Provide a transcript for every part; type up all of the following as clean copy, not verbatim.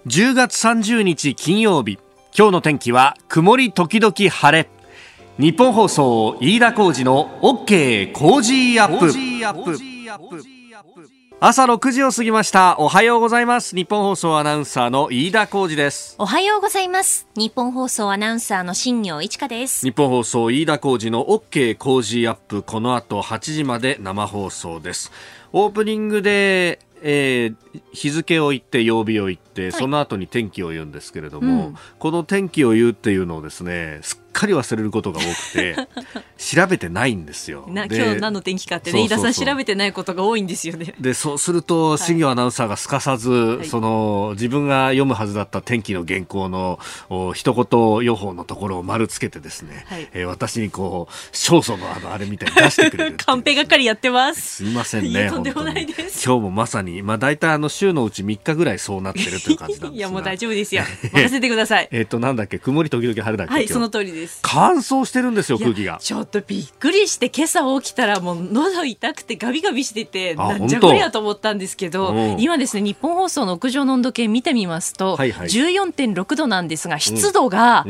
10月30日金曜日、今日の天気は曇り時々晴れ。日本放送飯田浩司の OK コージーアップ。朝6時を過ぎました。おはようございます。日本放送アナウンサーの飯田浩司です。 おはようございます。日本放送アナウンサーの新業一華です。 日本放送飯田浩司の OK コージーアップ、この後8時まで生放送です。オープニングで日付を言って曜日を言って、その後に天気を言うんですけれども、この天気を言うっていうのをですね、すっかり忘れることが多くて調べてないんですよ。 今日何の天気かってね、飯田さん調べてないことが多いんですよね。 でそうすると新業アナウンサーがすかさず、その自分が読むはずだった天気の原稿の一言予報のところを丸つけてですね、私にこう勝訴のあれみたいに出してくれるカンペ係やってます。 すいませんね。 とんでもないです。 今日もまさに、大体週のうち3日ぐらいそうなってるという感じなんですがいやもう大丈夫ですよ。任せてください。 なんだっけ、曇り時々晴れだっけ。 はい、その通りです。 乾燥してるんですよ、空気が。 ちょっとびっくりして、今朝起きたらもう喉痛くてガビガビしてて、なんじゃこりゃと思ったんですけど、今ですね、日本放送の屋上の温度計見てみますと、14.6 度なんですが、湿度が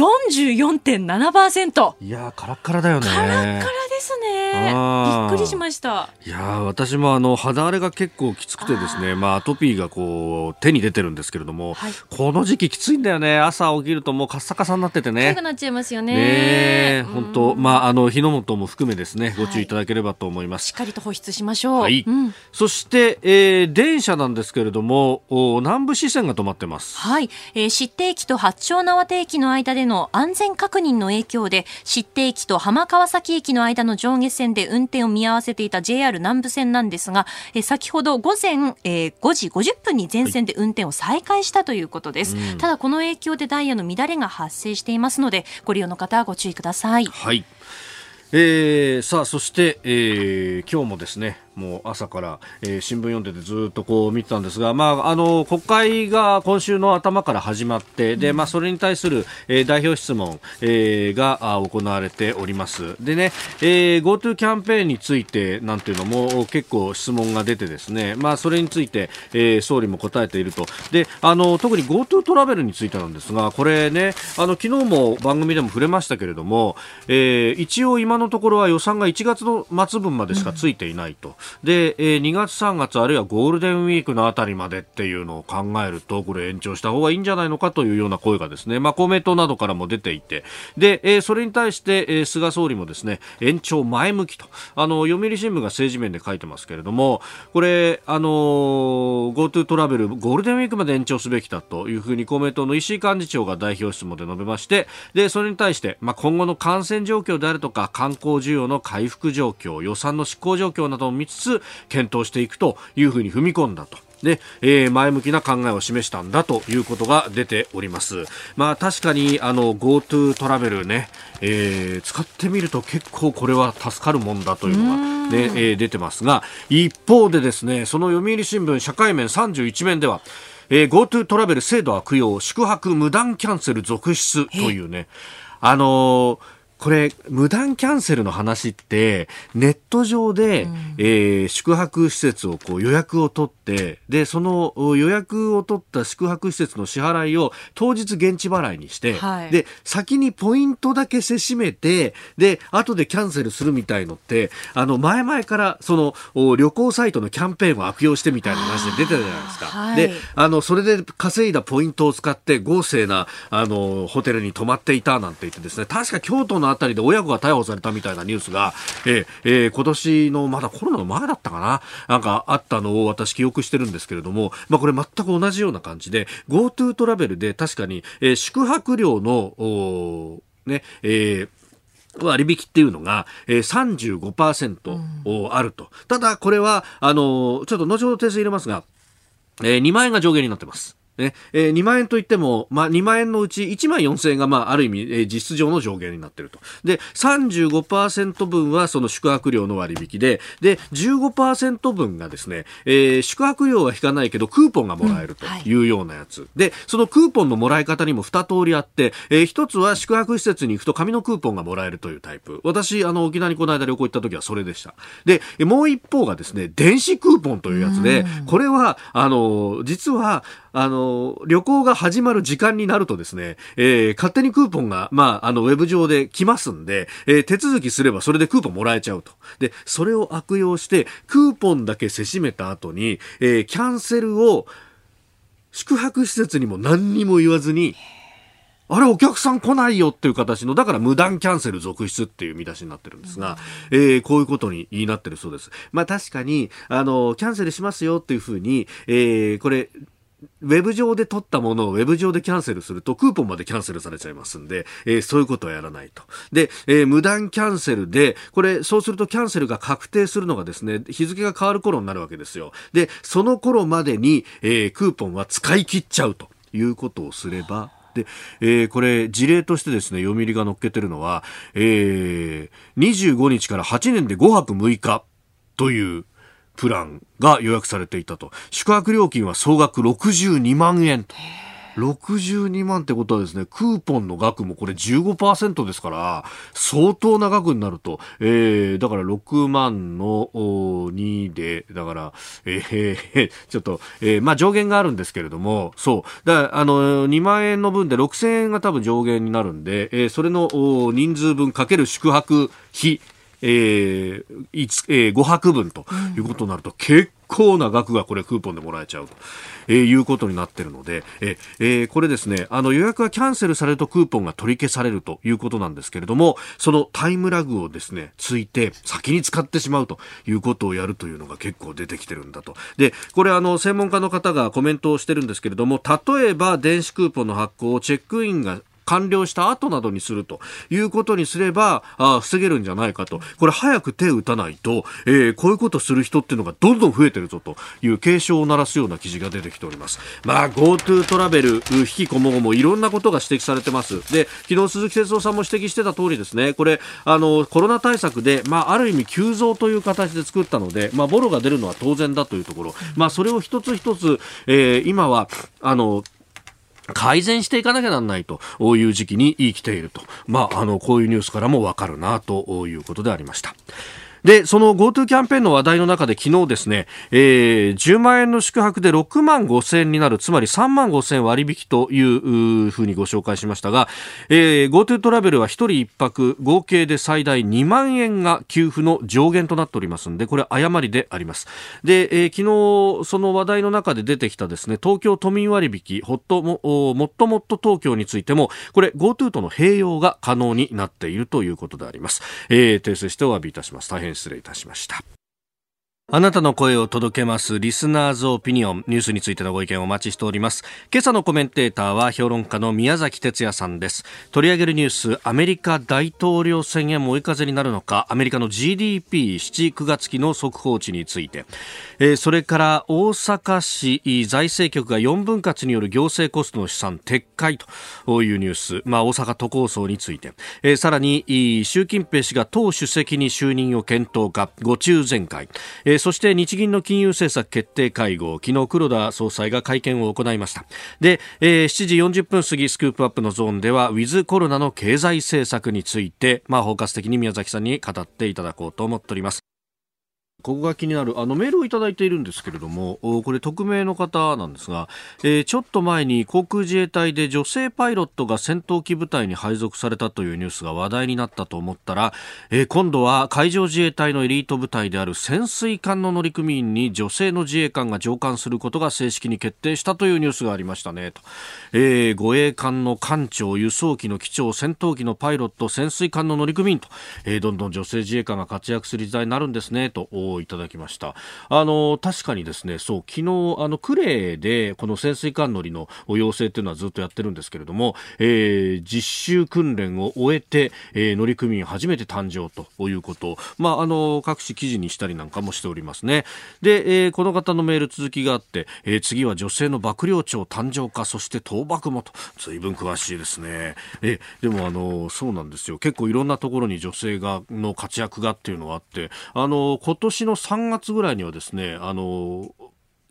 44.7%。 いやー、カラッカラだよね。 カラッカラですね。びっくりしました。 いやー、私も肌荒れが結構きつくてですね、アトピーがこう手に出てるんですけれども、この時期きついんだよね。朝起きるともうカッサカサになっててね、 痒くなっちゃいますよね。 本当、火の元も含めですね、ご注意いただければと思います。 しっかりと保湿しましょう。 そして、電車なんですけれども、南部支線が止まってます。 知手駅と八丁畷駅の間での安全確認の影響で、知手駅と浜川崎駅の間の上下線で運転を見合わせていた JR 南部線なんですが、先ほど午前、5時50分に全線で運転を再開したということです。ただこの影響でダイヤの乱れが発生していますので、ご利用の方はご注意ください。 さあ、そして、今日もですね、もう朝から、新聞読んでてずっとこう見てたんですが、国会が今週の頭から始まって、で、それに対する、代表質問、が行われております。でね、GoTo キャンペーンについてなんていうのも結構質問が出てですね、それについて、総理も答えていると。で、特に GoTo トラベルについてなんですが、これね、昨日も番組でも触れましたけれども、一応今のところは予算が1月の末分までしかついていないと。で、2月3月あるいはゴールデンウィークのあたりまでっていうのを考えると、これ延長した方がいいんじゃないのかというような声がですね、公明党などからも出ていて、で、それに対して、菅総理もですね、延長前向きと、読売新聞が政治面で書いてますけれども、これGoTo トラベルゴールデンウィークまで延長すべきだというふうに公明党の石井幹事長が代表質問で述べまして、でそれに対して、今後の感染状況であるとか観光需要の回復状況、予算の執行状況などを見つつ検討していくというふうに踏み込んだと。で、前向きな考えを示したんだということが出ております。確かにGoTo トラベルね、使ってみると結構これは助かるもんだというのが、ね出てますが、一方でですね、その読売新聞社会面31面では、GoTo トラベル制度悪用、宿泊無断キャンセル続出というね、これ無断キャンセルの話ってネット上で、宿泊施設をこう予約を取って、でその予約を取った宿泊施設の支払いを当日現地払いにして、で先にポイントだけせしめて、で後でキャンセルするみたいのって前々からその旅行サイトのキャンペーンを悪用してみたいな話で出てたじゃないですか。でそれで稼いだポイントを使って豪勢なホテルに泊まっていたなんて言ってですね、確か京都のあたりで親子が逮捕されたみたいなニュースが、今年のまだコロナの前だったかな、なんかあったのを私記憶してるんですけれども、これ全く同じような感じで GoTo トラベルで確かに、宿泊料の割引っていうのが、35% あると。ただこれはちょっと後ほど訂正入れますが、2万円が上限になってます。2万円といっても、2万円のうち1万4000円が、ある意味、実質上の上限になっていると。で、35% 分はその宿泊料の割引で、で、15% 分がですね、宿泊料は引かないけど、クーポンがもらえるというようなやつ。で、そのクーポンのもらい方にも2通りあって、一つは宿泊施設に行くと紙のクーポンがもらえるというタイプ。私、沖縄にこの間旅行行った時はそれでした。で、もう一方がですね、電子クーポンというやつで、これは、実は、 旅行が始まる時間になるとですね、勝手にクーポンが、ウェブ上で来ますんで、手続きすればそれでクーポンもらえちゃうと。で、それを悪用して、クーポンだけせしめた後に、キャンセルを宿泊施設にも何にも言わずに、あれお客さん来ないよっていう形の、だから無断キャンセル続出っていう見出しになってるんですが、こういうことになってるそうです。確かに、キャンセルしますよっていうふうに、これ、ウェブ上で取ったものをウェブ上でキャンセルするとクーポンまでキャンセルされちゃいますんで、そういうことはやらないと。で、無断キャンセルで、これそうするとキャンセルが確定するのがですね、日付が変わる頃になるわけですよ。で、その頃までに、クーポンは使い切っちゃうということをすれば、で、これ事例としてですね、読売が載っけてるのは、25日から8年で5泊6日というプランが予約されていたと。宿泊料金は総額62万円と。62万ってことはですね、クーポンの額もこれ 15% ですから相当な額になると、だから6万の2でだから、ちょっと、上限があるんですけれども、そうだから2万円の分で6000円が多分上限になるんで、それの人数分かける宿泊費5泊分ということになると、結構な額がこれクーポンでもらえちゃうと、いうことになっているので、これですね、予約がキャンセルされるとクーポンが取り消されるということなんですけれども、そのタイムラグをですねついて先に使ってしまうということをやるというのが結構出てきてるんだと。で、これ専門家の方がコメントをしてるんですけれども、例えば電子クーポンの発行をチェックインが完了した後などにするということにすれば防げるんじゃないかと。これ早く手を打たないと、こういうことをする人っていうのがどんどん増えてるぞという警鐘を鳴らすような記事が出てきております。GoTo トラベル引きこもごもいろんなことが指摘されてます。で、昨日鈴木哲夫さんも指摘してた通りですね、これコロナ対策で、ある意味急増という形で作ったので、ボロが出るのは当然だというところ、それを一つ一つ、今は改善していかなきゃならないという時期に来ていると、こういうニュースからもわかるなということでありました。で、その GoTo キャンペーンの話題の中で昨日ですね、10万円の宿泊で6万5千円になる、つまり3万5千円割引というふうにご紹介しましたが、GoTo トラベルは1人1泊合計で最大2万円が給付の上限となっておりますので、これ誤りであります。で、昨日その話題の中で出てきたですね、東京都民割引もっともっと東京についても、これ GoTo との併用が可能になっているということであります。訂正してお詫びいたします。大変失礼いたしました。あなたの声を届けますリスナーズオピニオン、ニュースについてのご意見をお待ちしております。今朝のコメンテーターは評論家の宮崎哲也さんです。取り上げるニュース、アメリカ大統領選へも追い風になるのか、アメリカの GDP7、9月期の速報値について、それから大阪市財政局が4分割による行政コストの試算撤回というニュース、大阪都構想について、さらに習近平氏が党主席に就任を検討か、5中全会、そして日銀の金融政策決定会合、昨日黒田総裁が会見を行いました。で、7時40分過ぎスクープアップのゾーンではウィズコロナの経済政策について、包括的に宮崎さんに語っていただこうと思っております。ここが気になるメールをいただいているんですけれども、これ匿名の方なんですが、ちょっと前に航空自衛隊で女性パイロットが戦闘機部隊に配属されたというニュースが話題になったと思ったら、今度は海上自衛隊のエリート部隊である潜水艦の乗組員に女性の自衛官が乗艦することが正式に決定したというニュースがありましたねと。護衛艦の艦長、輸送機の機長、戦闘機のパイロット、潜水艦の乗組員と、どんどん女性自衛官が活躍する時代になるんですねといただきました。確かにですね、そう昨日呉でこの潜水艦乗りの要請というのはずっとやってるんですけれども、実習訓練を終えて、乗組員初めて誕生ということを、各種記事にしたりなんかもしておりますね。で、この方のメール続きがあって、次は女性の幕僚長誕生か、そして倒幕もと、随分詳しいですね。でもそうなんですよ、結構いろんなところに女性の活躍がっていうのがあって、今年の3月ぐらいにはですね、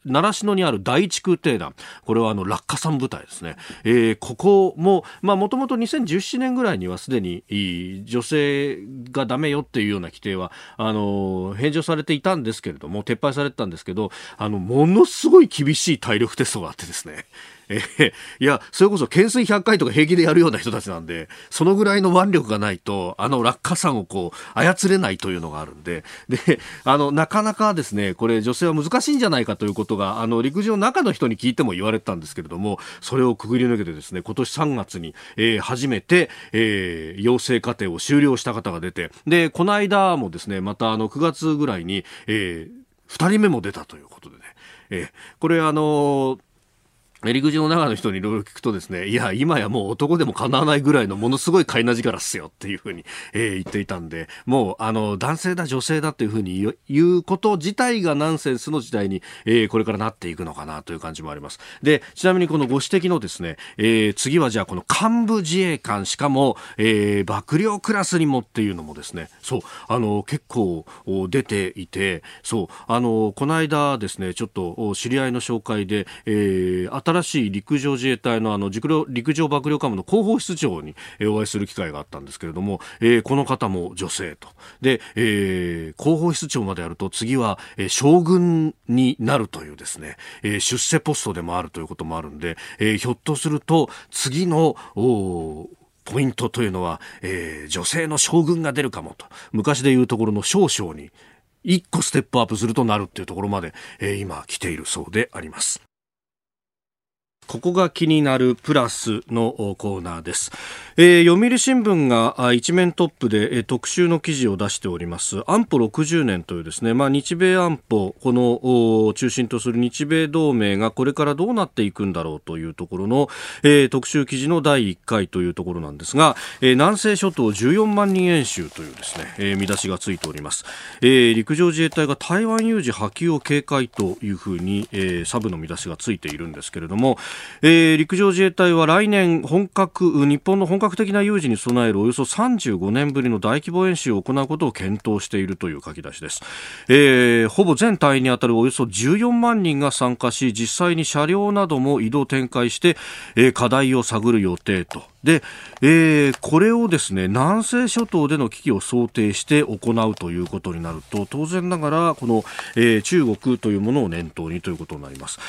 習志野にある第一空挺団、これは落下傘部隊ですね。ここももともと2017年ぐらいにはすでに女性がダメよっていうような規定は返上されていたんですけれども、撤廃されてたんですけど、ものすごい厳しい体力テストがあってですね、いやそれこそ懸垂100回とか平気でやるような人たちなんで、そのぐらいの腕力がないと落下傘をこう操れないというのがあるんで、なかなかですね、これ女性は難しいんじゃないかということが陸上の中の人に聞いても言われてたんですけれども、それをくぐり抜けてですね、今年3月に、初めて、養成課程を修了した方が出て、でこの間もですね、また9月ぐらいに、2人目も出たということでね、これ陸上の中の人にいろいろ聞くとですね、いや今やもう男でもかなわないぐらいのものすごい飼いな力っすよっていうふうに、言っていたんで、もう男性だ女性だっていうふうに言うこと自体がナンセンスの時代に、これからなっていくのかなという感じもあります。でちなみにこのご指摘のですね、次はじゃあこの幹部自衛官、しかも、幕僚クラスにもっていうのもですね、そう結構出ていて、そうこの間ですね、ちょっと知り合いの紹介で、新しい陸上自衛隊の陸上幕僚監部の広報室長にお会いする機会があったんですけれども、この方も女性とで、広報室長までやると次は、将軍になるというですね、出世ポストでもあるということもあるんで、ひょっとすると次のポイントというのは、女性の将軍が出るかもと、昔でいうところの少将に一個ステップアップするとなるっていうところまで、今来ているそうであります。ここが気になるプラスのコーナーです。読売新聞が一面トップで特集の記事を出しております安保60年というですね、日米安保、この中心とする日米同盟がこれからどうなっていくんだろうというところの、特集記事の第1回というところなんですが、南西諸島14万人演習というですね、見出しがついております。陸上自衛隊が台湾有事波及を警戒というふうに、サブの見出しがついているんですけれども、陸上自衛隊は来年日本の本格的な有事に備えるおよそ35年ぶりの大規模演習を行うことを検討しているという書き出しです。ほぼ全隊員にあたるおよそ14万人が参加し、実際に車両なども移動展開して、課題を探る予定と。で、これをですね、南西諸島での危機を想定して行うということになると、当然ながらこの、中国というものを念頭にということになります。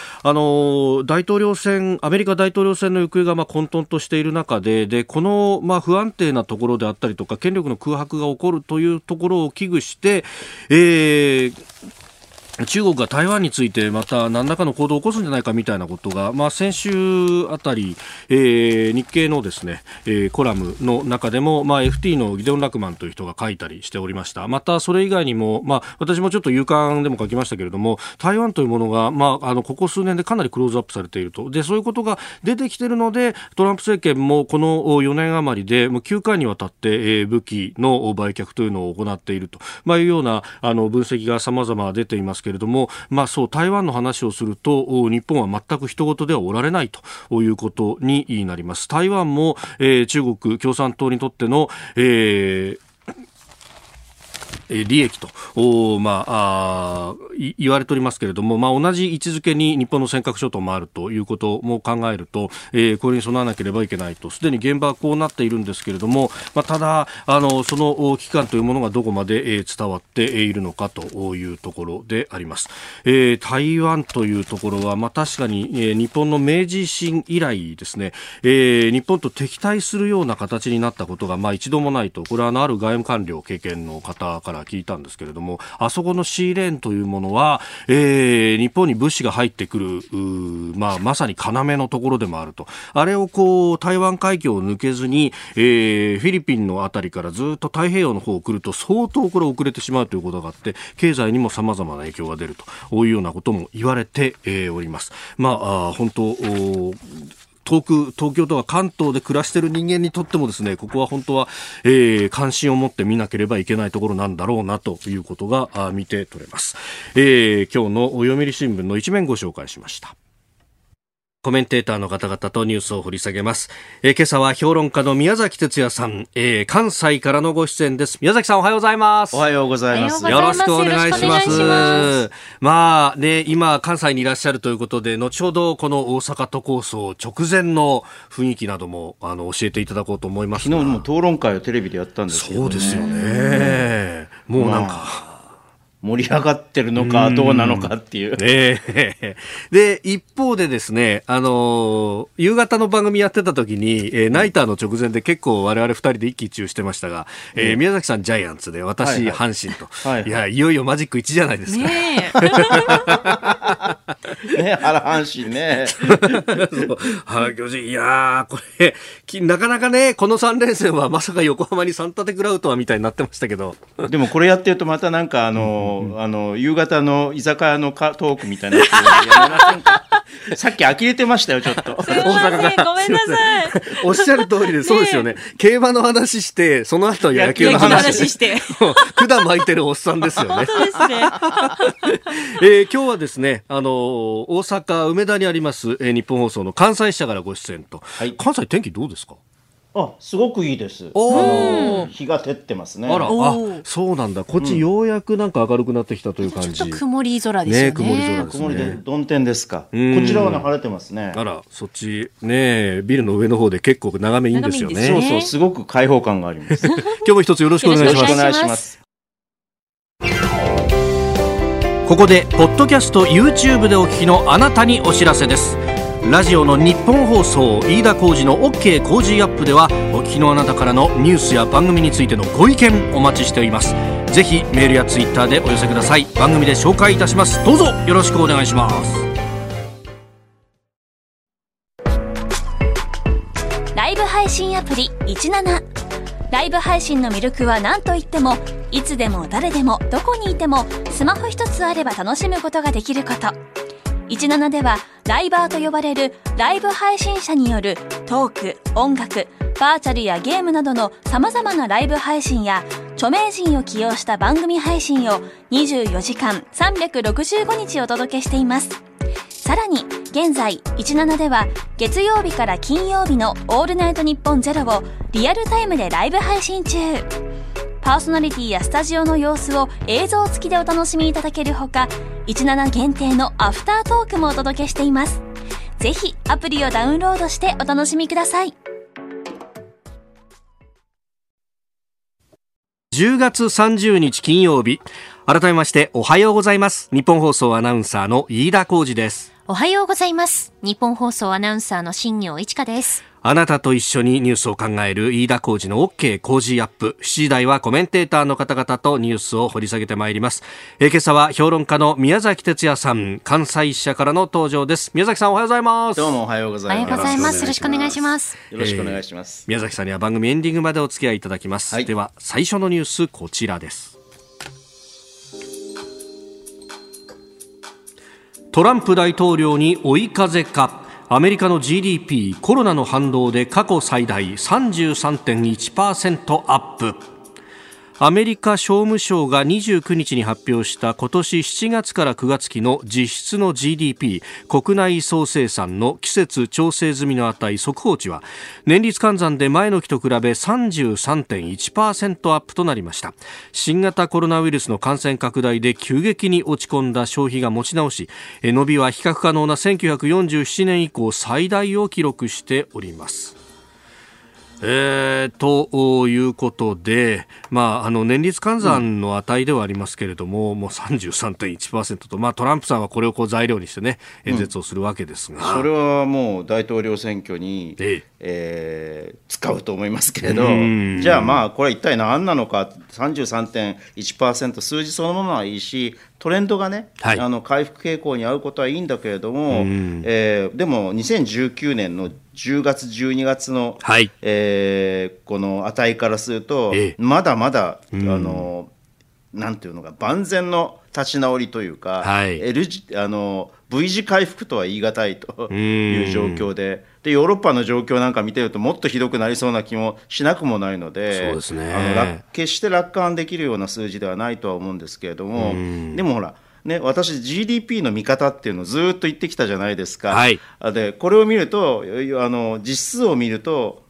アメリカ大統領選の行方が混沌としている中で、この不安定なところであったりとか、権力の空白が起こるというところを危惧して、中国が台湾についてまた何らかの行動を起こすんじゃないかみたいなことが、先週あたり、日経のですね、コラムの中でも、FT のギデオン・ラクマンという人が書いたりしておりました。またそれ以外にも、私もちょっと夕刊でも書きましたけれども、台湾というものが、ここ数年でかなりクローズアップされていると。でそういうことが出てきているので、トランプ政権もこの4年余りでもう9回にわたって、武器の売却というのを行っていると、いうような分析が様々出ていますけれども、そう台湾の話をすると日本は全く人事ではおられないということになります。台湾も、中国共産党にとっての、利益と言われておりますけれども、同じ位置づけに日本の尖閣諸島もあるということも考えると、これに備えなければいけないと。すでに現場はこうなっているんですけれども、ただその期間というものがどこまで伝わっているのかというところであります。台湾というところは、確かに、日本の明治維新以来ですね、日本と敵対するような形になったことが、一度もないと。これはある外務官僚経験の方から聞いたんですけれども、あそこのシーレーンというものは、日本に物資が入ってくるまさに要のところでもあると。あれを台湾海峡を抜けずに、フィリピンのあたりからずっと太平洋の方を来ると相当これ遅れてしまうということがあって、経済にも様々な影響が出るというようなことも言われて、おります。本当東京とか関東で暮らしている人間にとってもですね、ここは本当は、関心を持って見なければいけないところなんだろうなということが見て取れます。今日の読売新聞の一面ご紹介しました。 コメンテーターの方々とニュースを掘り下げます。今朝は評論家の宮崎哲也さん、関西からのご出演です。宮崎さん、おはようございます。 おはようございます。 よろしくお願いします。まあね、今関西にいらっしゃるということで、後ほどこの大阪都構想直前の雰囲気なども教えていただこうと思いますが。 昨日も討論会をテレビでやったんですけどね。 そうですよね。もうなんか、 盛り上がってるのかどうなのかっていう。 で、一方でですね、夕方の番組やってた時に、ナイターの直前で結構我々二人で一喜一憂してましたが、宮崎さんジャイアンツで、私、阪神と。いや、いよいよマジック1じゃないですか。 ねあら、阪神ね。 巨人、いやー、これ、なかなかね、この3連戦はまさか横浜に3立て食らうとはみたいになってましたけど。 でもこれやってるとまたなんか夕方の居酒屋のトークみたいなやめませんか。さっき呆れてましたよ、ちょっと。 すいません、ごめんなさい。 おっしゃる通りで、そうですよね。競馬の話して、その後野球の話して。管巻いてるおっさんですよね。 本当ですね。今日はですね、大阪梅田にあります、日本放送の関西支社からご出演と。はい、関西天気どうですか？ すごくいいです。日が照ってますね。 そうなんだ。こっちようやくなんか明るくなってきたという感じ。 ちょっと曇り空ですよね。 曇り空ですね。 曇りで曇天ですか。こちらは晴れてますね。 そっちね、ビルの上の方で結構眺めいいんですよね。 そうそう、すごく開放感があります。 今日も一つよろしくお願いします。 よろしくお願いします。 ここでポッドキャスト YouTube でお聞きのあなたにお知らせです。ラジオの日本放送飯田浩司の OK 工事アップではお聞きのあなたからのニュースや番組についてのご意見お待ちしております。ぜひメールやツイッターでお寄せください。番組で紹介いたします。どうぞよろしくお願いします。 ライブ配信アプリ17。ライブ配信の魅力は何といっても、いつでも誰でもどこにいてもスマホ一つあれば楽しむことができること。17ではライバーと呼ばれるライブ配信者によるトーク、音楽、バーチャルやゲームなどの様々なライブ配信や著名人を起用した番組配信を24時間365日お届けしています。さらに現在17では月曜日から金曜日のオールナイトニッポンゼロをリアルタイムでライブ配信中。パーソナリティやスタジオの様子を映像付きでお楽しみいただけるほか、17限定のアフタートークもお届けしています。ぜひアプリをダウンロードしてお楽しみください。 10月30日金曜日、改めましておはようございます。日本放送アナウンサーの飯田浩司です。 おはようございます。日本放送アナウンサーの新業一華です。 あなたと一緒にニュースを考える飯田浩司の OK 工事アップ。7時台はコメンテーターの方々とニュースを掘り下げてまいります。今朝は評論家の宮崎哲也さん、関西支社からの登場です。宮崎さん、おはようございます。 どうもおはようございます。 おはようございます。よろしくお願いします。 よろしくお願いします。 宮崎さんには番組エンディングまでお付き合いいただきます。では最初のニュース、こちらです。トランプ大統領に追い風か。アメリカの GDP コロナの反動で過去最大 33.1% アップ。アメリカ商務省が29日に発表した今年7月から9月期の実質の GDP 国内総生産の季節調整済みの値速報値は年率換算で前の期と比べ 33.1% アップとなりました。新型コロナウイルスの感染拡大で急激に落ち込んだ消費が持ち直し、伸びは比較可能な1947年以降最大を記録しております。ということで、年率換算の値ではありますけれども、もう 33.1% と、トランプさんはこれを材料にしてね、演説をするわけですが、 それはもう大統領選挙に、使うと思いますけれど、じゃあこれは一体何なのか。 33.1% 数字そのものはいいし、トレンドがね、回復傾向に合うことはいいんだけれども、でも2019年の10月12月の、この値からすると、まだまだなんていうのか、万全の立ち直りというか、V 字回復とは言い難いという状況で、ヨーロッパの状況なんか見てるともっとひどくなりそうな気もしなくもないので、 そうですね、 決して楽観できるような数字ではないとは思うんですけれども、でもほらね、私 GDP の見方っていうのをずっと言ってきたじゃないですか、 はい、 でこれを見ると実数を見ると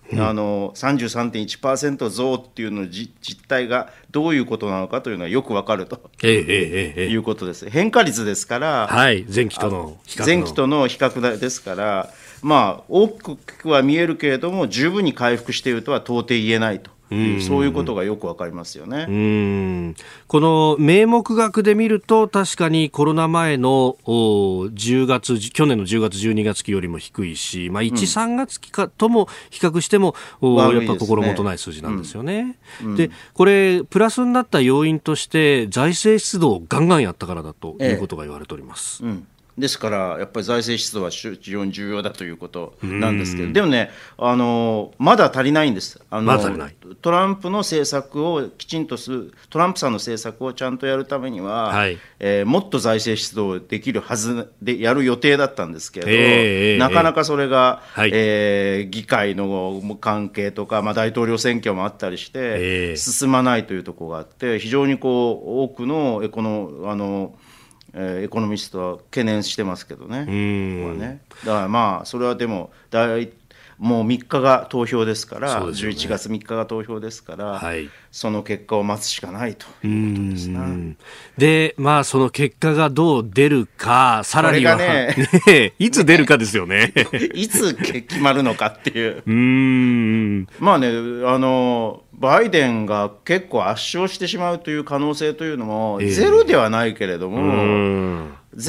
33.1% 増っていうのの実態がどういうことなのかというのはよくわかると、いうことです。変化率ですから、 はい、前期との比較ですから、まあ、大きくは見えるけれども十分に回復しているとは到底言えないと。そういうことがよくわかりますよね。 この名目額で見ると確かにコロナ前の去年の10月12月期よりも低いし、1、3月期とも比較してもやっぱ心もとない数字なんですよね。でこれプラスになった要因として財政出動をガンガンやったからだということが言われております。 ですからやっぱり財政出動は非常に重要だということなんですけど、でもね、まだ足りないんです。 まだ足りない。 トランプの政策をきちんとする、トランプさんの政策をちゃんとやるためには、もっと財政出動できるはずでやる予定だったんですけれど、なかなかそれが、議会の関係とか、大統領選挙もあったりして、進まないというところがあって、非常に多くのエコノミストは懸念してますけどね。だからそれはでももう3日が投票ですから、11月3日が投票ですから、その結果を待つしかないということですね。 で、その結果がどう出るか、さらには、いつ出るかですよね。 いつ決まるのかっていう。バイデンが結構圧勝してしまうという可能性というのもゼロではないけれども、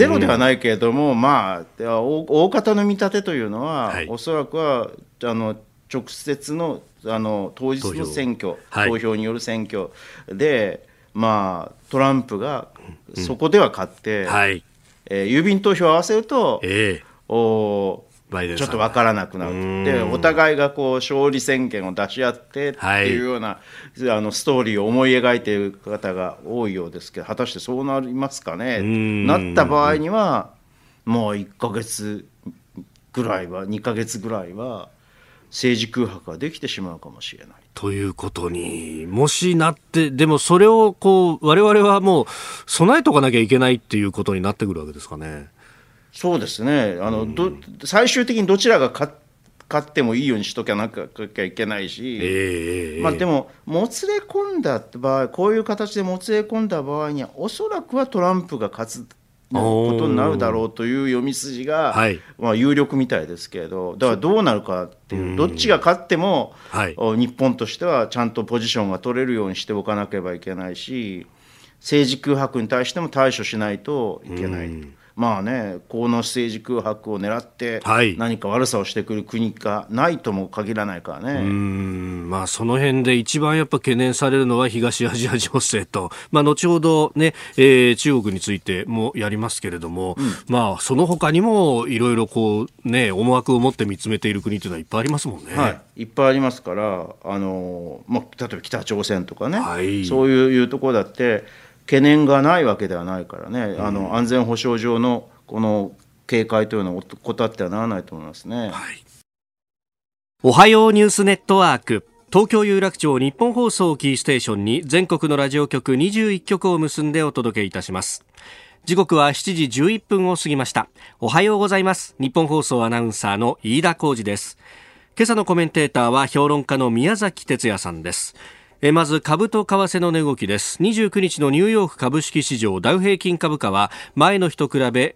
大方の見立てというのは、おそらくは直接の当日の選挙、投票による選挙で、トランプがそこでは勝って、郵便投票を合わせると、ちょっと分からなくなるで、お互いが勝利宣言を出し合ってっていうような、ストーリーを思い描いている方が多いようですけど、果たしてそうなりますかね。なった場合にはもう1ヶ月ぐらいは2ヶ月ぐらいは政治空白ができてしまうかもしれないということにもしなって、でもそれを我々はもう備えとかなきゃいけないっていうことになってくるわけですかね。 そうですね。最終的にどちらが勝ってもいいようにしときゃなきゃいけないし、でももつれ込んだ場合、こういう形でもつれ込んだ場合にはおそらくはトランプが勝つことになるだろうという読み筋が、有力みたいですけれど、だからどうなるかっていう、どっちが勝っても、日本としてはちゃんとポジションが取れるようにしておかなければいけないし、政治空白に対しても対処しないといけない。この政治空白を狙って何か悪さをしてくる国がないとも限らないからね。 その辺で一番やっぱ懸念されるのは東アジア情勢と、後ほどね、中国についてもやりますけれども、その他にもいろいろ思惑を持って見つめている国というのはいっぱいありますもんね。 いっぱいありますから、例えば北朝鮮とかね、そういうところだって懸念がないわけではないからね、安全保障上のこの警戒というのを怠ってはならないと思いますね。 おはようニュースネットワーク、東京有楽町日本放送キーステーションに全国のラジオ局21局を結んでお届けいたします。時刻は7時11分を過ぎました。おはようございます。日本放送アナウンサーの飯田浩司です。今朝のコメンテーターは評論家の宮崎哲也さんです。まず株と為替の値動きです。29日のニューヨーク株式市場ダウ平均株価は前の日と比べ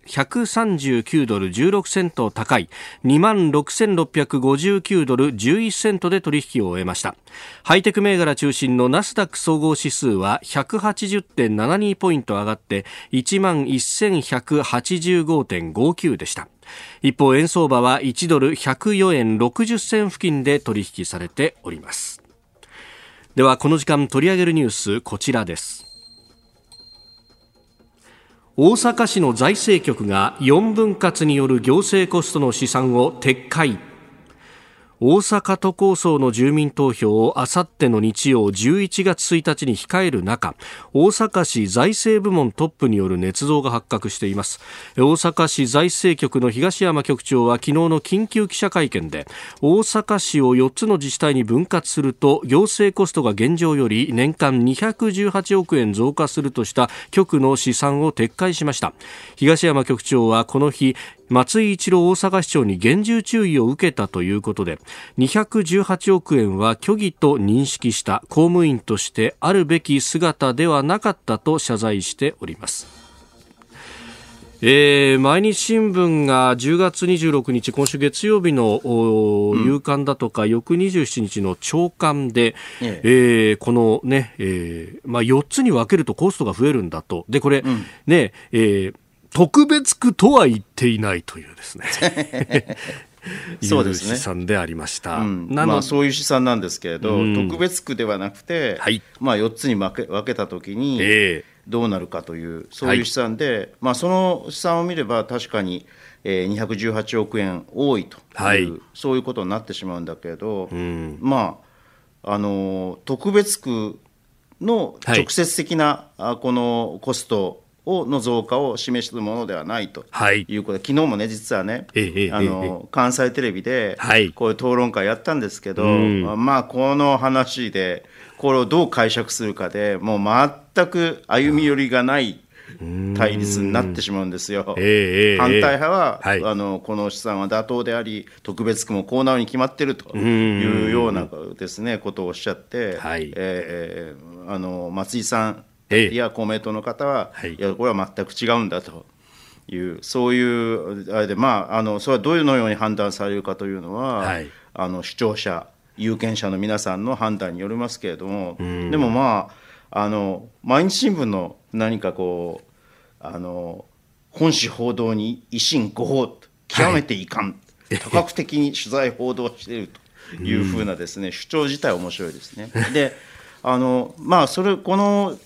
139ドル16セント高い 26,659 ドル11セントで取引を終えました。ハイテク銘柄中心のナスダック総合指数は 180.72 ポイント上がって 11,185.59 でした。一方円相場は1ドル104円60銭付近で取引されております。ではこの時間取り上げるニュース、こちらです。大阪市の財政局が4分割による行政コストの試算を撤回。 大阪都構想の住民投票をあさっての日曜11月1日に控える中、大阪市財政部門トップによる捏造が発覚しています。大阪市財政局の東山局長は昨日の緊急記者会見で、大阪市を4つの自治体に分割すると行政コストが現状より年間218億円増加するとした局の試算を撤回しました。東山局長はこの日、松井一郎大阪市長に厳重注意を受けたということで、218億円は虚偽と認識した、公務員としてあるべき姿ではなかったと謝罪しております。毎日新聞が10月26日今週月曜日の夕刊だとか、翌27日の朝刊で、このね、4つに分けるとコストが増えるんだと。でこれ、ね、特別区とは言っていないというですねそうですね、 試算でありました。 そういう試算なんですけれど、特別区ではなくて、4つに分けたときにどうなるかという、そういう試算で、その試算を見れば確かに218億円多いという、そういうことになってしまうんだけれど、特別区の直接的なこのコストの増加を示すものではないということで、昨日もね、実はね、関西テレビでこういう討論会やったんですけど、この話でこれをどう解釈するかで、もう全く歩み寄りがない対立になってしまうんですよ。反対派は、この試算は妥当であり、特別区もこうなるに決まっているというようなですね、ことをおっしゃって、松井さんいや公明党の方は、いやこれは全く違うんだという、そういうあれで、それはどういうのように判断されるかというのは、視聴者有権者の皆さんの判断によりますけれども、でも毎日新聞の何かこう本紙報道に維新誤報、極めて遺憾、多角的に取材報道しているというふうなですね、主張自体面白いですね。でそれこの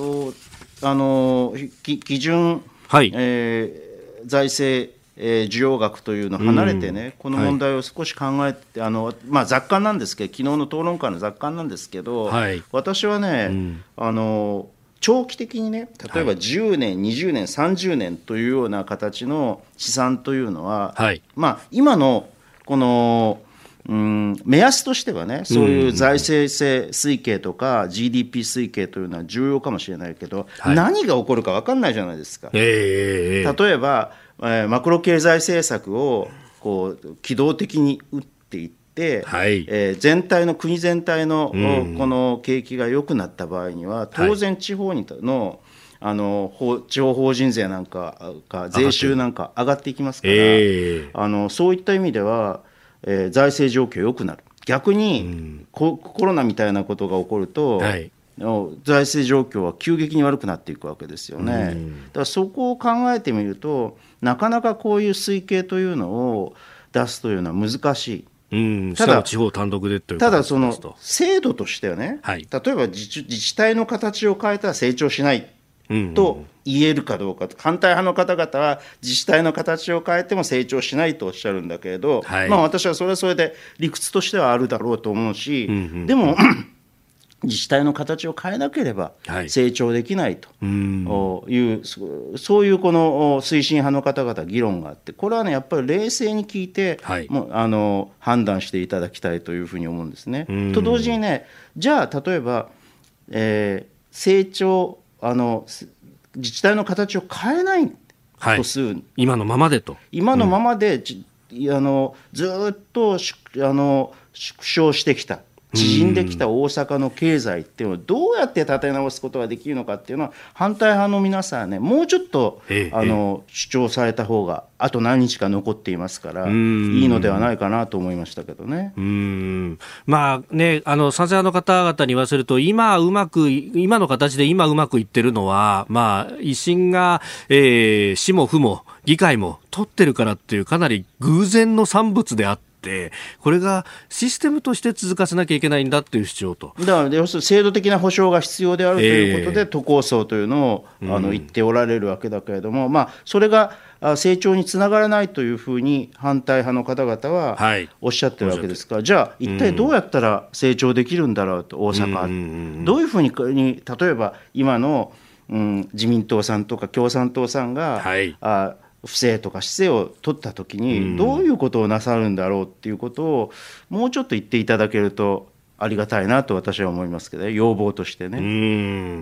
基準、財政、需要額というのを離れてね、この問題を少し考えて、雑感なんですけど、昨日の討論会の雑感なんですけど、私はね、長期的にね、例えば10年、20年、30年というような形の試算というのは、今のこの目安としてはね、そういう財政性推計とか GDP 推計というのは重要かもしれないけど、何が起こるか分かんないじゃないですか。例えば、マクロ経済政策をこう機動的に打っていって、全体の国全体のこの景気が良くなった場合には、当然地方の地方法人税なんか税収なんか上がっていきますから、そういった意味では財政状況良くなる。逆に、コロナみたいなことが起こると、財政状況は急激に悪くなっていくわけですよね。だからそこを考えてみると、なかなかこういう推計というのを出すというのは難しい。 ただ地方単独でという、 ただその制度としてはね、例えば自治体の形を変えたら成長しないと言えるかどうか、反対派の方々は自治体の形を変えても成長しないとおっしゃるんだけれど、私はそれはそれで理屈としてはあるだろうと思うし、でも自治体の形を変えなければ成長できないという、そういうこの推進派の方々議論があって、これはねやっぱり冷静に聞いて、判断していただきたいというふうに思うんですね。と同時にね、じゃあ例えば、成長自治体の形を変えないとする、 今のままでと、 今のままで、ずっと縮小してきた、縮んできた大阪の経済っていうのをどうやって立て直すことができるのかっていうのは、反対派の皆さんね、もうちょっと主張された方があと何日か残っていますから、いいのではないかなと思いましたけどね。 賛成派の方々に言わせると、今の形で今うまくいってるのは、維新が、市も府も議会も取ってるからっていうかなり偶然の産物であって、 て、これがシステムとして続かせなきゃいけないんだっていう主張と。 だから要するに制度的な保障が必要であるということで、都構想というのを言っておられるわけだけれども、それが成長につながらないというふうに反対派の方々はおっしゃってるわけですから、じゃあ一体どうやったら成長できるんだろうと、大阪、どういうふうに例えば今の、自民党さんとか共産党さんが、不正とか市政を取ったときにどういうことをなさるんだろうっていうことをもうちょっと言っていただけるとありがたいなと私は思いますけどね、要望としてね。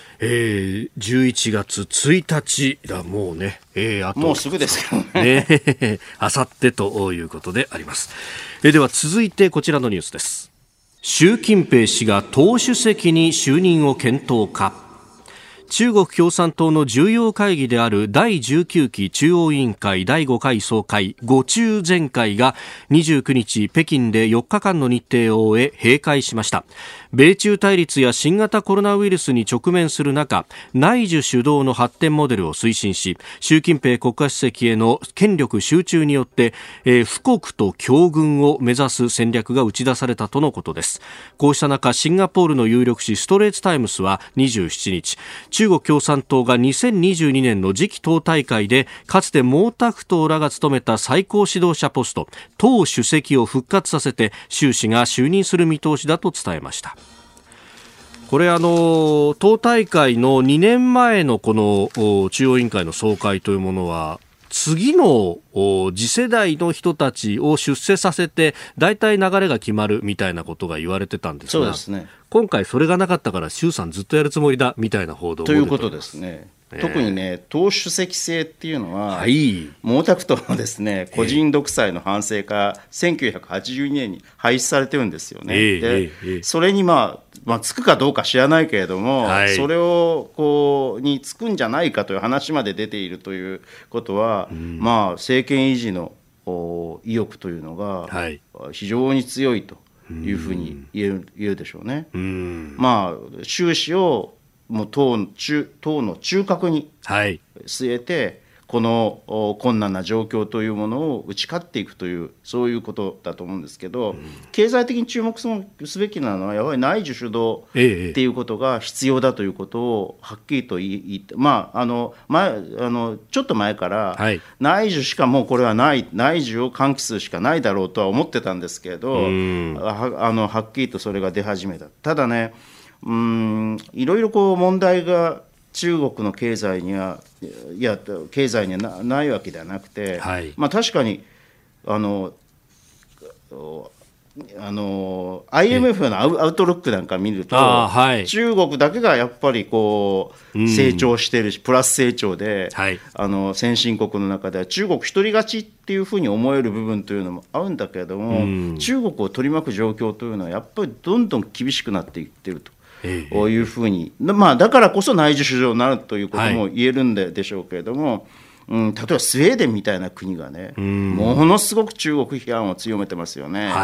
11月1日だ、もうね、あともうすぐですけどね、 あさってということであります。では続いてこちらのニュースです。習近平氏が党主席に就任を検討か。中国共産党の重要会議である第19期中央委員会第5回総会5中全会が29日北京で4日間の日程を終え閉会しました。米中対立や新型コロナウイルスに直面する中、内需主導の発展モデルを推進し、習近平国家主席への権力集中によって、富国と強軍を目指す戦略が打ち出されたとのことです。こうした中、シンガポールの有力紙ストレートタイムスは27日、中国共産党が2022年の次期党大会でかつて毛沢東らが務めた最高指導者ポスト、党主席を復活させて習氏が就任する見通しだと伝えました。これ党大会の2年前のこの中央委員会の総会というものは次の次世代の人たちを出世させて大体流れが決まるみたいなことが言われてたんですが、 そうですね、 今回それがなかったから習さんずっとやるつもりだみたいな報道もということですね。特にね、党主席制っていうのは、毛沢東のですね、個人独裁の反省から1982年に廃止されてるんですよね。でそれにつくかどうか知らないけれども、それをにつくんじゃないかという話まで出ているということは、政権維持の意欲というのが非常に強いというふうに言えるでしょうね。習氏をもう党の中核に据えて、この困難な状況というものを打ち勝っていくという、そういうことだと思うんですけど、経済的に注目すべきなのはやはり内需主導っていうことが必要だということをはっきりと言って、ちょっと前から、内需しかもうこれは内需を喚起するしかないだろうとは思ってたんですけど、はっきりとそれが出始めた。ただね、いろいろ問題が中国の経済にはないわけではなくて、確かにIMF のアウトロックなんか見ると、中国だけがやっぱり成長してるし、プラス成長で、先進国の中では中国一人勝ちっていうふうに思える部分というのもあるんだけれども、中国を取り巻く状況というのはやっぱりどんどん厳しくなっていっているというふうに、だからこそ内需主導になるということも言えるんでしょうけれども、例えばスウェーデンみたいな国がね、ものすごく中国批判を強めてますよね。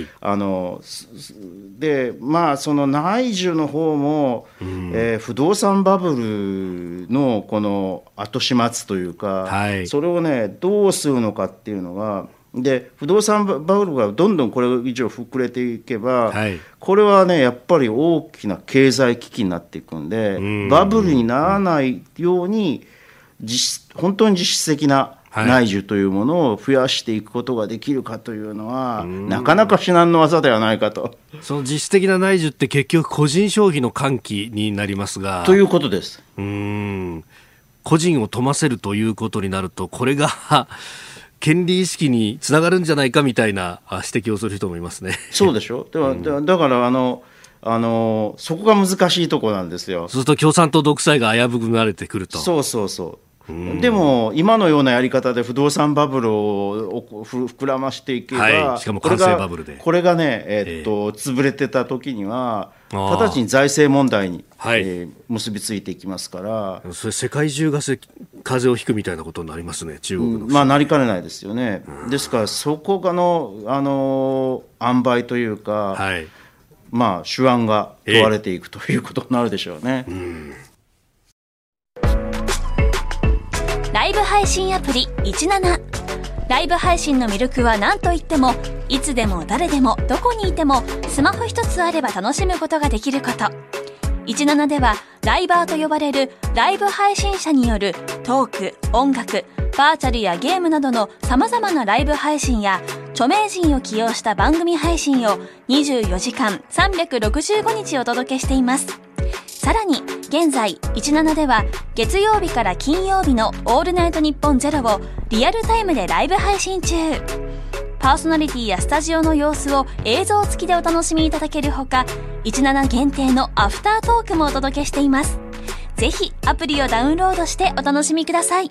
でその内需の方も、不動産バブルのこの後始末というか、それをねどうするのかっていうのが、で不動産バブルがどんどんこれ以上膨れていけば、これはねやっぱり大きな経済危機になっていくんで、バブルにならないように本当に実質的な内需というものを増やしていくことができるかというのは、なかなか至難の業ではないかと。 その実質的な内需って結局個人消費の喚起になりますが、 ということです。 個人を富ませるということになると、これが権利意識につながるんじゃないかみたいな指摘をする人もいますね。 そうでしょ。だからそこが難しいところなんですよ。 そうすると共産党独裁が危ぶくなれてくると。 そうでも今のようなやり方で不動産バブルを膨らましていけば、 しかも完成バブルでこれがね、潰れてた時には直ちに財政問題に、結びついていきますから、 それ世界中が風邪をひくみたいなことになりますね、中国の。 なりかねないですよね。ですからそこが塩梅というか、手腕が問われていくということになるでしょうね。 ライブ配信アプリ17。 ライブ配信の魅力は何といっても、いつでも誰でもどこにいてもスマホ一つあれば楽しむことができること。17ではライバーと呼ばれるライブ配信者によるトーク、音楽、バーチャルやゲームなどの様々なライブ配信や著名人を起用した番組配信を24時間365日お届けしています。さらに現在17では月曜日から金曜日のオールナイトニッポンゼロをリアルタイムでライブ配信中。パーソナリティやスタジオの様子を映像付きでお楽しみいただけるほか、17限定のアフタートークもお届けしています。ぜひアプリをダウンロードしてお楽しみください。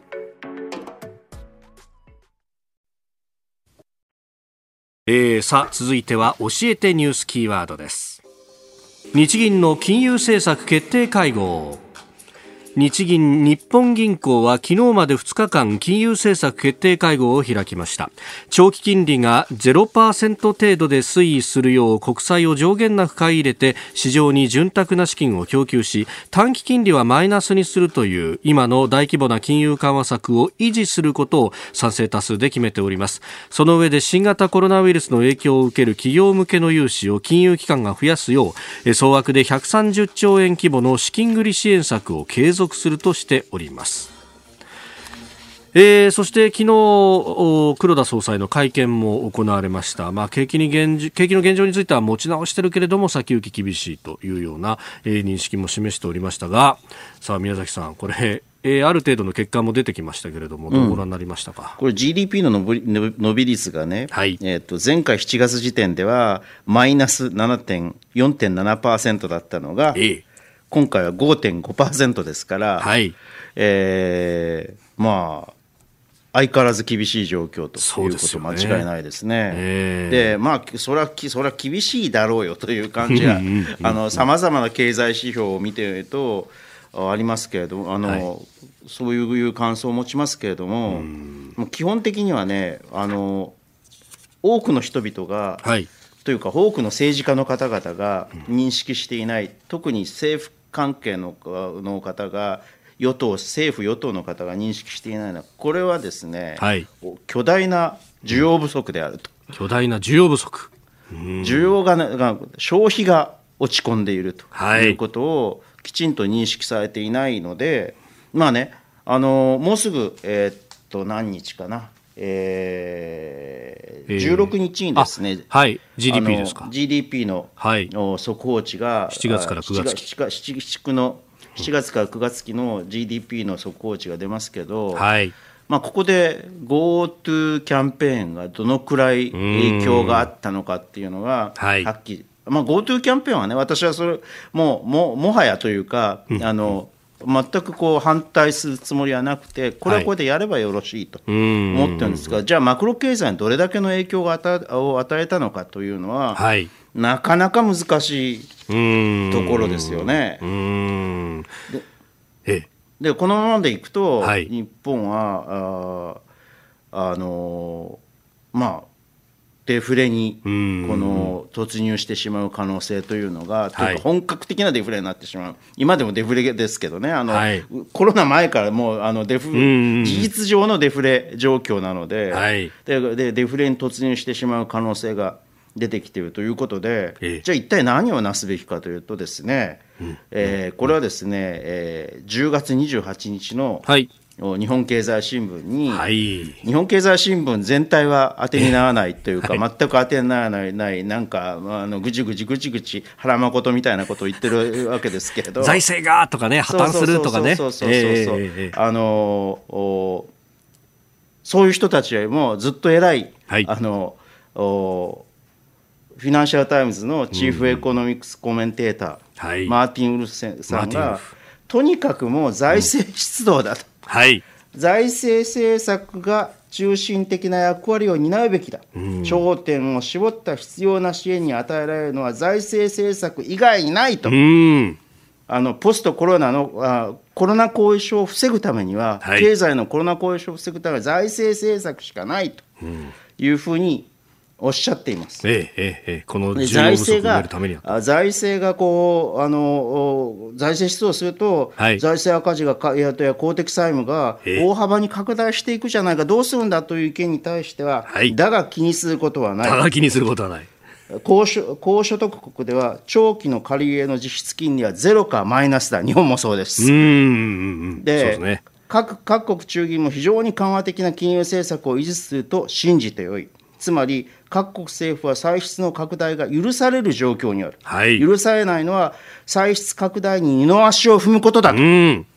さあ続いては教えてニュースキーワードです。日銀の金融政策決定会合。日銀日本銀行は昨日まで2日間金融政策決定会合を開きました。長期金利が 0% 程度で推移するよう国債を上限なく買い入れて市場に潤沢な資金を供給し、短期金利はマイナスにするという今の大規模な金融緩和策を維持することを賛成多数で決めております。その上で新型コロナウイルスの影響を受ける企業向けの融資を金融機関が増やすよう総額で130兆円規模の資金繰り支援策を継続するとしております。そして昨日黒田総裁の会見も行われました。景気の現状については持ち直してるけれども先行き厳しいというような、認識も示しておりましたが、さあ宮崎さん、これある程度の結果も出てきましたけれども、どうご覧になりましたか。 これ GDP の伸び率がね、 はい、 前回7月時点ではマイナス 4.7% だったのが、今回は 5.5% ですから、 はい、 相変わらず厳しい状況ということ間違いないですね。で、それは厳しいだろうよという感じがさまざまな経済指標を見ているとありますけれども、そういう感想を持ちますけれども、基本的にはね、多くの人々が、というか多くの政治家の方々が認識していない、特に政府関係の方が政府与党の方が認識していないのは、これはですね、巨大な需要不足であると。 巨大な需要不足、 需要が消費が落ち込んでいるということをきちんと認識されていないので、もうすぐ何日かな、16日にですね、 GDP ですか。 GDP の、速報値が 7月から9月期 7月から9月期の GDP の速報値が出ますけど、 ここで GoTo キャンペーンがどのくらい影響があったのかっていうのがはっきり、GoTo キャンペーンはね、私はそれもはやというか、全く反対するつもりはなくて、これはこれでやればよろしいと思ってるんですが、じゃあマクロ経済にどれだけの影響を与えたのかというのは、なかなか難しいところですよね。でこのままでいくと、日本はデフレに突入してしまう可能性というのが、というか本格的なデフレになってしまう。今でもデフレですけどね、コロナ前からもう事実上のデフレ状況なので、デフレに突入してしまう可能性が出てきているということで、じゃあ一体何をなすべきかというとですね、これはですね、10月28日の日本経済新聞に、日本経済新聞全体は当てにならないというか、全く当てにならない、なんかぐちぐち原誠みたいなことを言ってるわけですけれど、 財政がとかね、破綻するとかね、 そういう人たちよりもずっと偉い、フィナンシャルタイムズのチーフエコノミクスコメンテーター、マーティン・ウルフさんが、とにかくもう財政出動だと、財政政策が中心的な役割を担うべきだ、焦点を絞った必要な支援に与えられるのは財政政策以外にないと、ポストコロナのコロナ後遺症を防ぐためには、経済のコロナ後遺症を防ぐためには財政政策しかないというふうにおっしゃっています。 この需要不足を埋めるために財政がこう財政出動すると、財政赤字がや公的債務が大幅に拡大していくじゃないか、どうするんだという意見に対しては、だが気にすることはない。高所得国では長期の借り入れの実質金利はゼロかマイナスだ。日本もそうです。で、各国中銀も非常に緩和的な金融政策を維持すると信じてよい。つまり各国政府は歳出の拡大が許される状況にある、許されないのは歳出拡大に二の足を踏むことだと、ね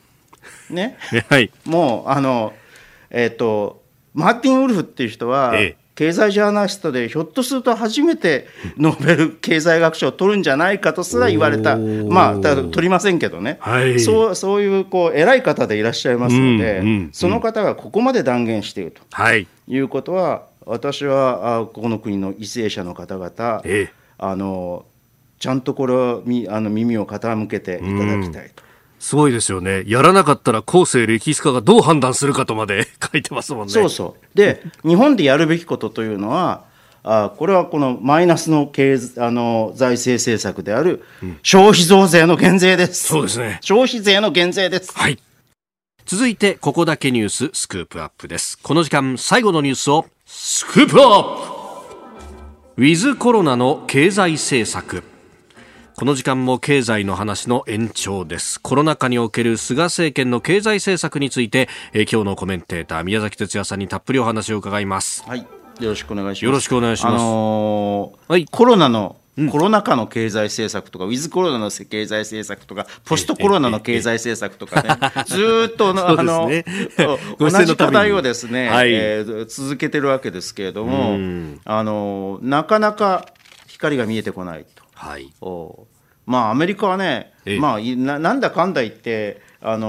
もうマーティン・ウルフっていう人は、経済ジャーナリストでひょっとすると初めてノーベル経済学賞を取るんじゃないかとすら言われた、取りませんけどね、そういう偉い方でいらっしゃいますので、その方がここまで断言しているということは、私はこの国の為政者の方々、ちゃんとこれを耳を傾けていただきたいと。 すごいですよね。やらなかったら後世歴史家がどう判断するかとまで書いてますもんね。 で、日本でやるべきことというのは、これはこのマイナスの財政政策である消費増税の減税です。 そうですね。 消費税の減税です。 続いてここだけニューススクープアップです。この時間最後のニュースをスクープアップ。ウィズコロナの経済政策。この時間も経済の話の延長です。コロナ禍における菅政権の経済政策について、今日のコメンテーター宮崎哲也さんにたっぷりお話を伺います。 よろしくお願いします。 よろしくお願いします。 コロナ禍の経済政策とか、ウィズコロナの経済政策とか、ポストコロナの経済政策とかね、ずっと同じ課題をですね、続けてるわけですけれども、なかなか光が見えてこないと。アメリカはね、なんだかんだ言って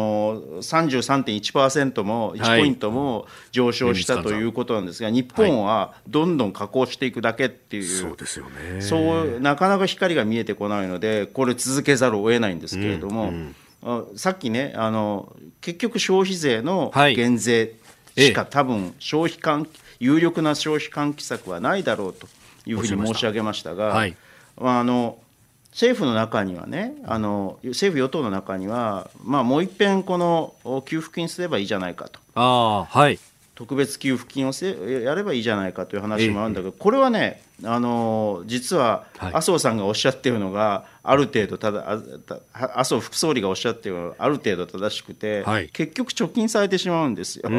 33.1% も1ポイントも上昇したということなんですが、日本はどんどん下降していくだけっていう、そうなかなか光が見えてこないので、これ続けざるを得ないんですけれども、さっきね、結局消費税の減税しか多分有力な消費喚起策はないだろうというふうに申し上げましたが、政府の中にはね、政府与党の中には、もう一遍この給付金すればいいじゃないかと、特別給付金をやればいいじゃないかという話もあるんだけど、これはね、実は麻生さんがおっしゃっているのがある程度麻生副総理がおっしゃっているのがある程度正しくて、結局貯金されてしまうんですよ。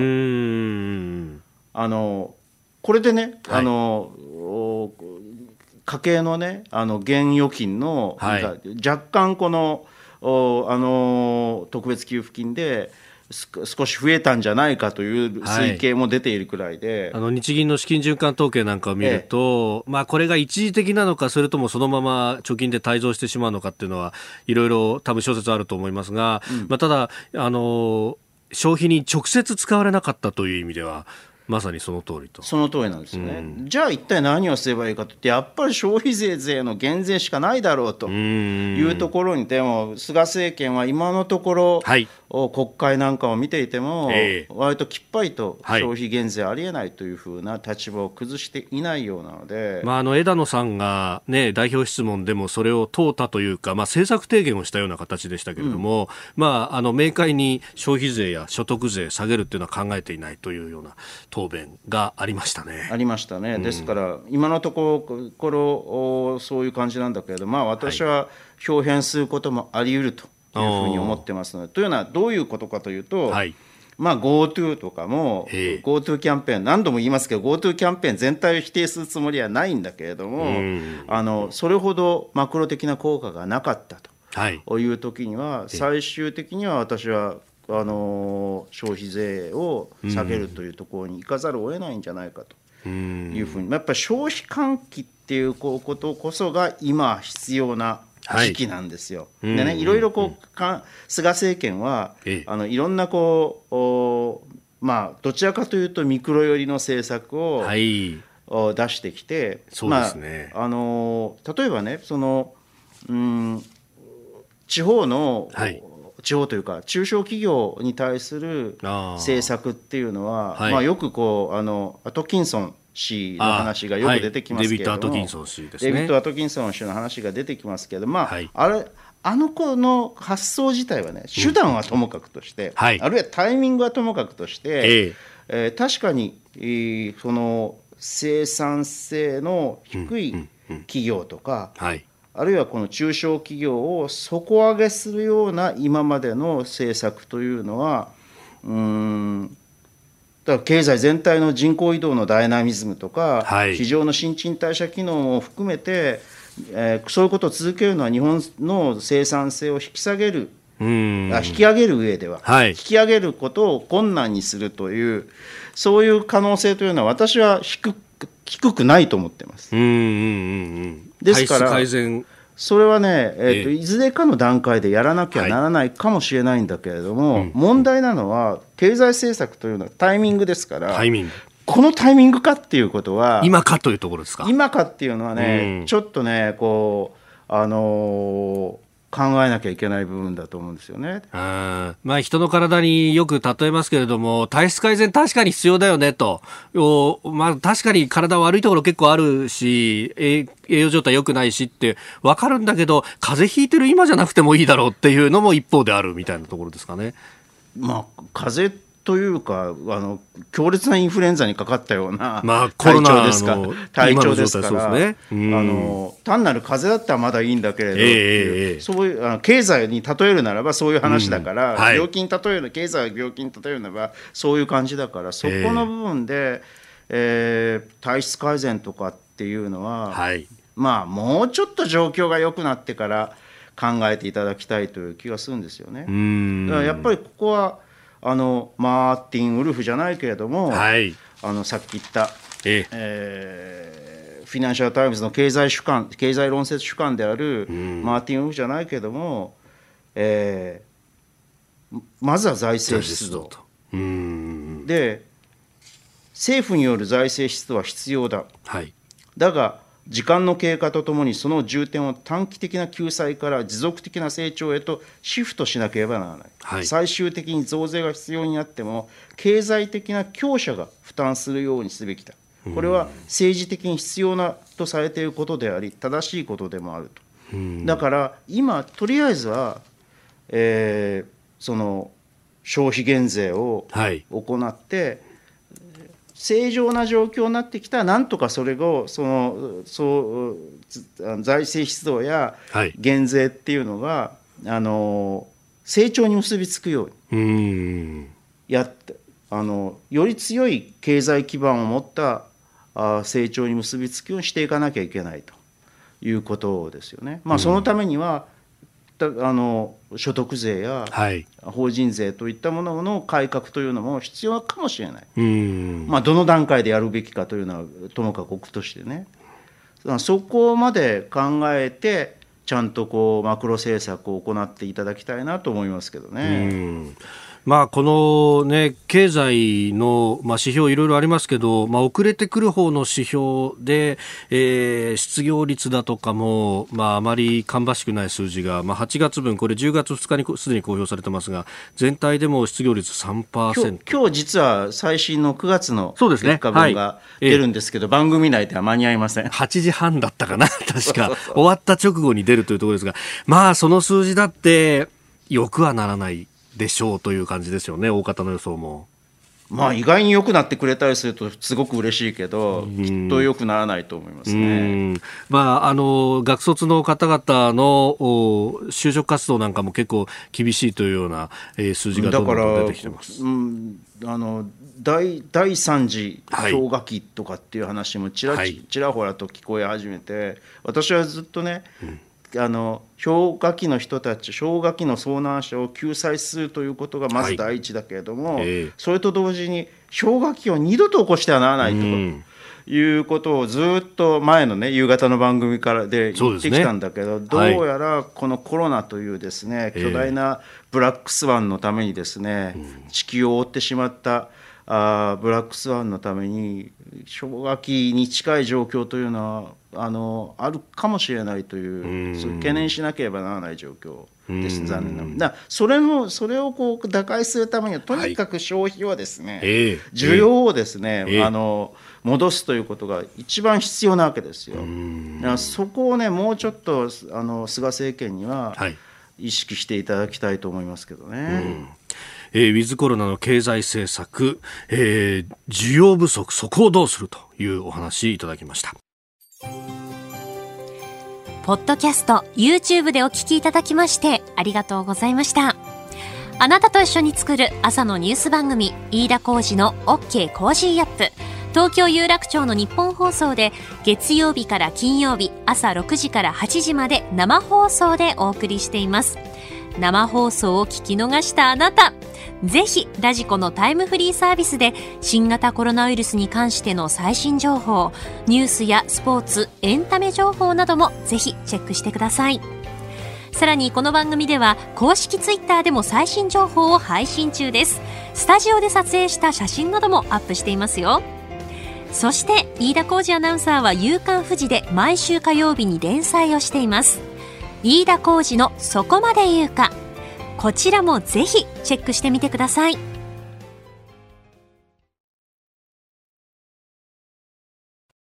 これでね、家計のね、現預金の、若干この特別給付金で少し増えたんじゃないかという推計も出ているくらいで、 日銀の資金循環統計なんかを見ると、これが一時的なのか、それともそのまま貯金で退場してしまうのかっていうのはいろいろ多分諸説あると思いますが、ただ消費に直接使われなかったという意味ではまさにその通りと。 その通りなんですよね。じゃあ一体何をすればいいかといって、やっぱり消費税の減税しかないだろうというところに、でも菅政権は今のところ、国会なんかを見ていても、割ときっぱりと消費減税ありえないというふうな立場を崩していないようなので、 枝野さんが、代表質問でもそれを問うたというか、政策提言をしたような形でしたけれども、明快に消費税や所得税下げるというのは考えていないというような答弁がありましたね。 ですから今のところそういう感じなんだけれど、私は表変することもあり得るというふうに思ってますので、というのはどういうことかというと、GoTo とかも GoTo キャンペーン、何度も言いますけど GoTo キャンペーン全体を否定するつもりはないんだけれども、それほどマクロ的な効果がなかったという時には、最終的には私は消費税を下げるというところに行かざるを得ないんじゃないかというふうに、やっぱり消費喚起っていうことこそが今必要な時期なんですよ。でね、いろいろ菅政権はいろんなどちらかというとミクロ寄りの政策を出してきて、例えばね、地方というか中小企業に対する政策っていうのは、よくアトキンソン氏の話がよく出てきますけれども、 デビッド・アトキンソン氏ですね。 デビッド・アトキンソン氏の話が出てきますけれども、 はい、 あの子の発想自体はね、手段はともかくとして、あるいはタイミングはともかくとして、確かに、その生産性の低い企業とか、あるいはこの中小企業を底上げするような今までの政策というのは、だから経済全体の人口移動のダイナミズムとか、市場の新陳代謝機能も含めて、そういうことを続けるのは日本の生産性を引き上げる上では、引き上げることを困難にするという、そういう可能性というのは私は低くないと思ってます。ですからそれはね、いずれかの段階でやらなきゃならないかもしれないんだけれども、問題なのは経済政策というのはタイミングですから、このタイミングかっていうことは今かというところですか。 今かっていうのはね、ちょっとねこう考えなきゃいけない部分だと思うんですよね。 まあ、人の体によく例えますけれども、体質改善確かに必要だよねと、まあ、確かに体悪いところ結構あるし、栄養状態良くないしって分かるんだけど、風邪ひいてる今じゃなくてもいいだろうっていうのも一方であるみたいなところですかね。 まあ、風邪というか強烈なインフルエンザにかかったようなコロナの体調ですから、 ね、 単なる風邪だったらまだいいんだけれど、そういう経済に例えるならばそういう話だから、病気に例える経済を病気に例えるならばそういう感じだから、そこの部分で、体質改善とかっていうのは、まあ、もうちょっと状況が良くなってから考えていただきたいという気がするんですよね。だからやっぱりここはマーティン・ウルフじゃないけれども、さっき言った、フィナンシャル・タイムズの経済論説主幹であるマーティン・ウルフじゃないけれども、まずは財政出動で、政府による財政出動は必要だ、だが時間の経過とともにその重点を短期的な救済から持続的な成長へとシフトしなければならない、最終的に増税が必要になっても経済的な強者が負担するようにすべきだ。これは政治的に必要なとされていることであり正しいことでもあると。だから今とりあえずは、その消費減税を行って、正常な状況になってきたらなんとかそれを財政出動や減税っていうのが、成長に結びつくようにやってより強い経済基盤を持った成長に結びつくようにしていかなきゃいけないということですよね。まあ、そのためには所得税や法人税といったものの改革というのも必要かもしれない。まあ、どの段階でやるべきかというのはともかく置くとしてね、そこまで考えてちゃんとこうマクロ政策を行っていただきたいなと思いますけどね。 まあ、この、ね、経済の、指標いろいろありますけど、遅れてくる方の指標で、失業率だとかも、あまり芳しくない数字が、8月分これ10月2日にすでに公表されてますが、全体でも失業率 3%。 今日実は最新の9月の結果分が出るんですけど、番組内では間に合いません。 8時半だったかな確か終わった直後に出るというところですが、その数字だってよくはならないでしょうという感じですよね。大方の予想も、 意外に良くなってくれたりするとすごく嬉しいけど、きっと良くならないと思いますね。 学卒の方々の就職活動なんかも結構厳しいというような、数字がどんどん出てきてます。 第3次氷河期とかっていう話もちらほらと聞こえ始めて、私はずっとね、氷河期の人たち、氷河期の遭難者を救済するということがまず第一だけれども、それと同時に氷河期を二度と起こしてはならないということをずっと前の、夕方の番組からで言ってきたんだけど、どうやらこのコロナというですね、巨大なブラックスワンのためにですね、地球を覆ってしまったブラックスワンのために氷河期に近い状況というのはあるかもしれないという、そういう懸念しなければならない状況です。残念な。それをこう打開するためにはとにかく消費はですね、需要をですね、 戻すということが一番必要なわけですよ。だからそこをねもうちょっと菅政権には意識していただきたいと思いますけどね。 ウィズコロナの経済政策、需要不足、そこをどうするというお話いただきました。 ポッドキャスト YouTube でお聞きいただきましてありがとうございました。あなたと一緒に作る朝のニュース番組、飯田浩司の OK コージーアップ、東京有楽町の日本放送で月曜日から金曜日朝6時から8時まで生放送でお送りしています。生放送を聞き逃したあなた、ぜひラジコのタイムフリーサービスで新型コロナウイルスに関しての最新情報、ニュースやスポーツ、エンタメ情報などもぜひチェックしてください。さらにこの番組では公式ツイッターでも最新情報を配信中です。スタジオで撮影した写真などもアップしていますよ。そして飯田浩司アナウンサーは夕刊フジで毎週火曜日に連載をしています。飯田浩司のそこまで言うか、こちらもぜひチェックしてみてください。